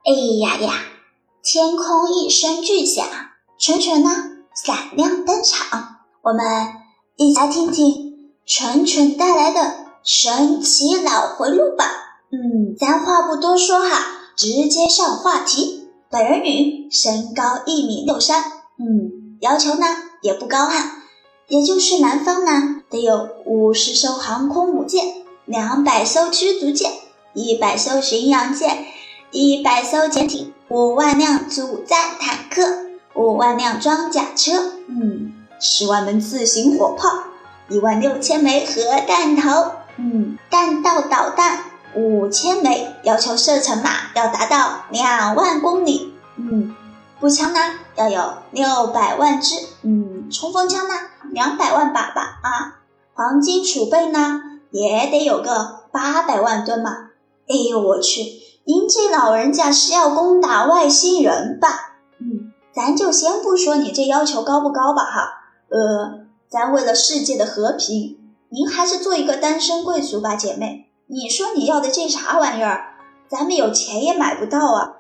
哎呀呀，天空一声巨响，纯纯呢闪亮登场，我们一起来听听纯纯带来的神奇脑回路吧。咱话不多说哈，直接上话题。本人女，身高1.63米，要求呢也不高哈，也就是南方呢得有50艘航空母舰，200艘驱逐舰，100艘巡洋舰，100艘潜艇，5万辆主战坦克，5万辆装甲车，10万门自行火炮，16000枚核弹头，弹道导弹5000枚，要求射程码要达到2万公里，步枪呢要有600万支，冲锋枪呢200万把吧啊，黄金储备呢也得有个800万吨嘛。哎呦我去，您这老人家是要攻打外星人吧？咱就先不说你这要求高不高吧哈，咱为了世界的和平，您还是做一个单身贵族吧，姐妹。你说你要的这啥玩意儿，咱们有钱也买不到啊。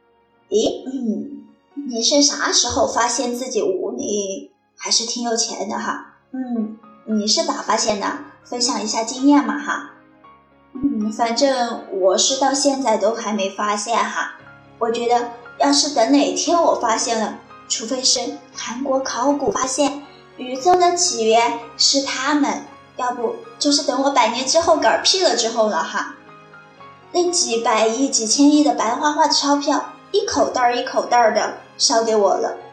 你是啥时候发现自己无力还是挺有钱的哈？你是咋发现的？分享一下经验嘛哈。反正我是到现在都还没发现哈。我觉得要是等哪天我发现了，除非是韩国考古发现宇宙的起源是他们，要不就是等我100年之后嗝屁了之后了哈。那几百亿几千亿的白花花的钞票一口袋一口袋的烧给我了。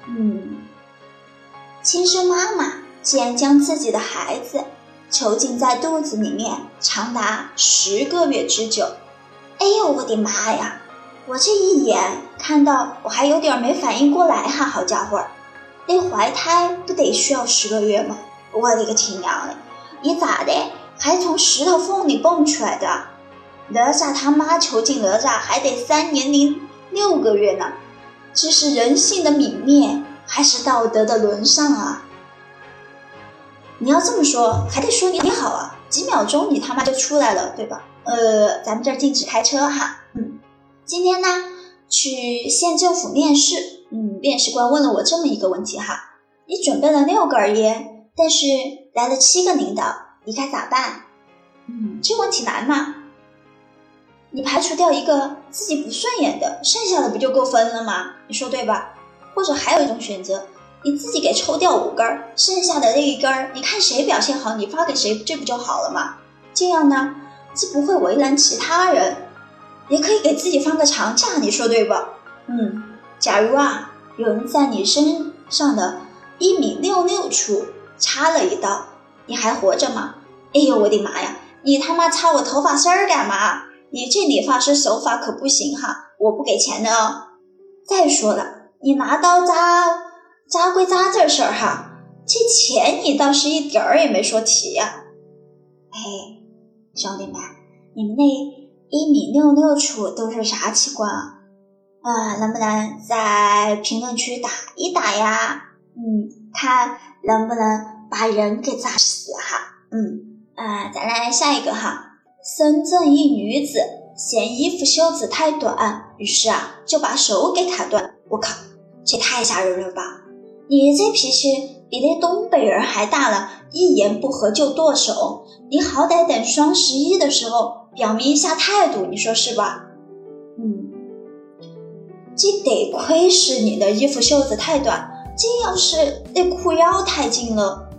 亲生妈妈竟然将自己的孩子囚禁在肚子里面长达10个月之久。哎呦我的妈呀，我这一眼看到我还有点没反应过来哈，好家伙，那怀胎不得需要10个月吗？我的个亲娘嘞，你咋的还从石头缝里蹦出来的？哪吒他妈囚禁哪吒还得3年6个月呢，这是人性的泯灭还是道德的沦丧啊？你要这么说还得说你好啊，几秒钟你他妈就出来了对吧？咱们这儿禁止开车哈。今天呢去县政府面试，面试官问了我这么一个问题哈，你准备了6个而已，但是来了7个领导，你该咋办？这问题难吗？你排除掉一个自己不顺眼的，剩下的不就够分了吗？你说对吧？或者还有一种选择，你自己给抽掉5根，剩下的那一根你看谁表现好你发给谁，这不就好了吗？这样呢既不会为难其他人，也可以给自己放个长假，你说对吧？假如啊有人在你身上的1.66米处插了一刀，你还活着吗？哎呦我的妈呀，你他妈插我头发丝儿干嘛？你这理发师手法可不行哈，我不给钱的哦。再说了，你拿刀扎归扎这事儿哈，这钱你倒是一点儿也没说提呀。兄弟们，你们那1.66米处都是啥器官啊？能不能在评论区打一打呀？看能不能把人给扎死哈。咱来下一个哈。深圳一女子嫌衣服袖子太短，于是就把手给砍断。我靠，这太吓人了吧！你这脾气比那东北人还大了，一言不合就剁手，你好歹等双11的时候表明一下态度，你说是吧？这得亏是你的衣服袖子太短，这要是那裤腰太紧了，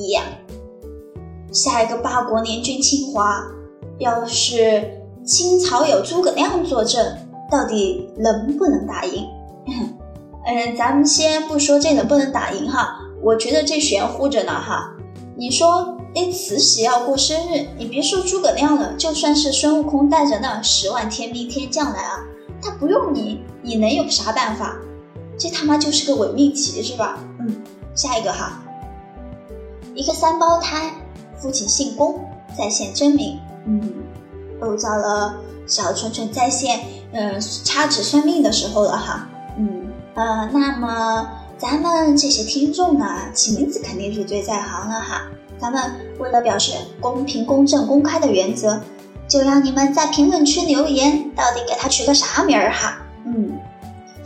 下一个8国联军侵华，要是清朝有诸葛亮坐镇，到底能不能打赢？咱们先不说这能不能打赢哈，我觉得这玄乎着呢哈。你说那慈禧要过生日，你别说诸葛亮了，就算是孙悟空带着那10万天兵天将来啊，他不用你能有啥办法？这他妈就是个伪命题是吧？下一个哈，一个3胞胎，父亲姓龚，在线真名，又到了小纯纯在线掐指算命的时候了哈。那么咱们这些听众呢，起名字肯定是最在行了哈。咱们为了表示公平公正公开的原则，就让你们在评论区留言，到底给他取个啥名儿哈。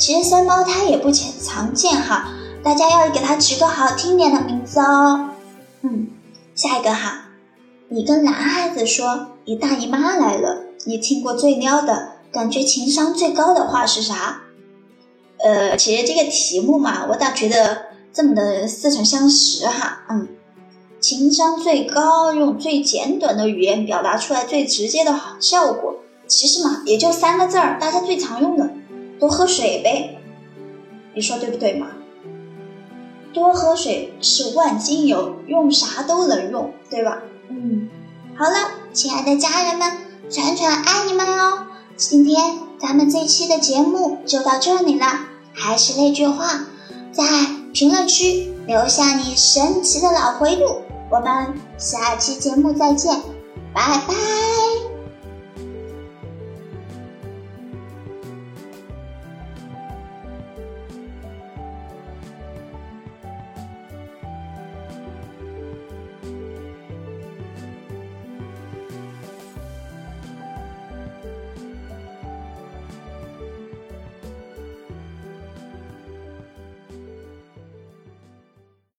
其实三胞胎也不常见哈，大家要给它取个好听点的名字哦。下一个哈，你跟男孩子说你大姨妈来了，你听过最撩的，感觉情商最高的话是啥？其实这个题目嘛，我倒觉得这么的似曾相识哈。情商最高，用最简短的语言表达出来最直接的效果，其实嘛也就3个字儿，大家最常用的，多喝水呗。你说对不对嘛？多喝水是万金油，用啥都能用，对吧？好了，亲爱的家人们，传传爱你们哦。今天咱们这期的节目就到这里了，还是那句话，在评论区留下你神奇的脑回路，我们下期节目再见，拜拜。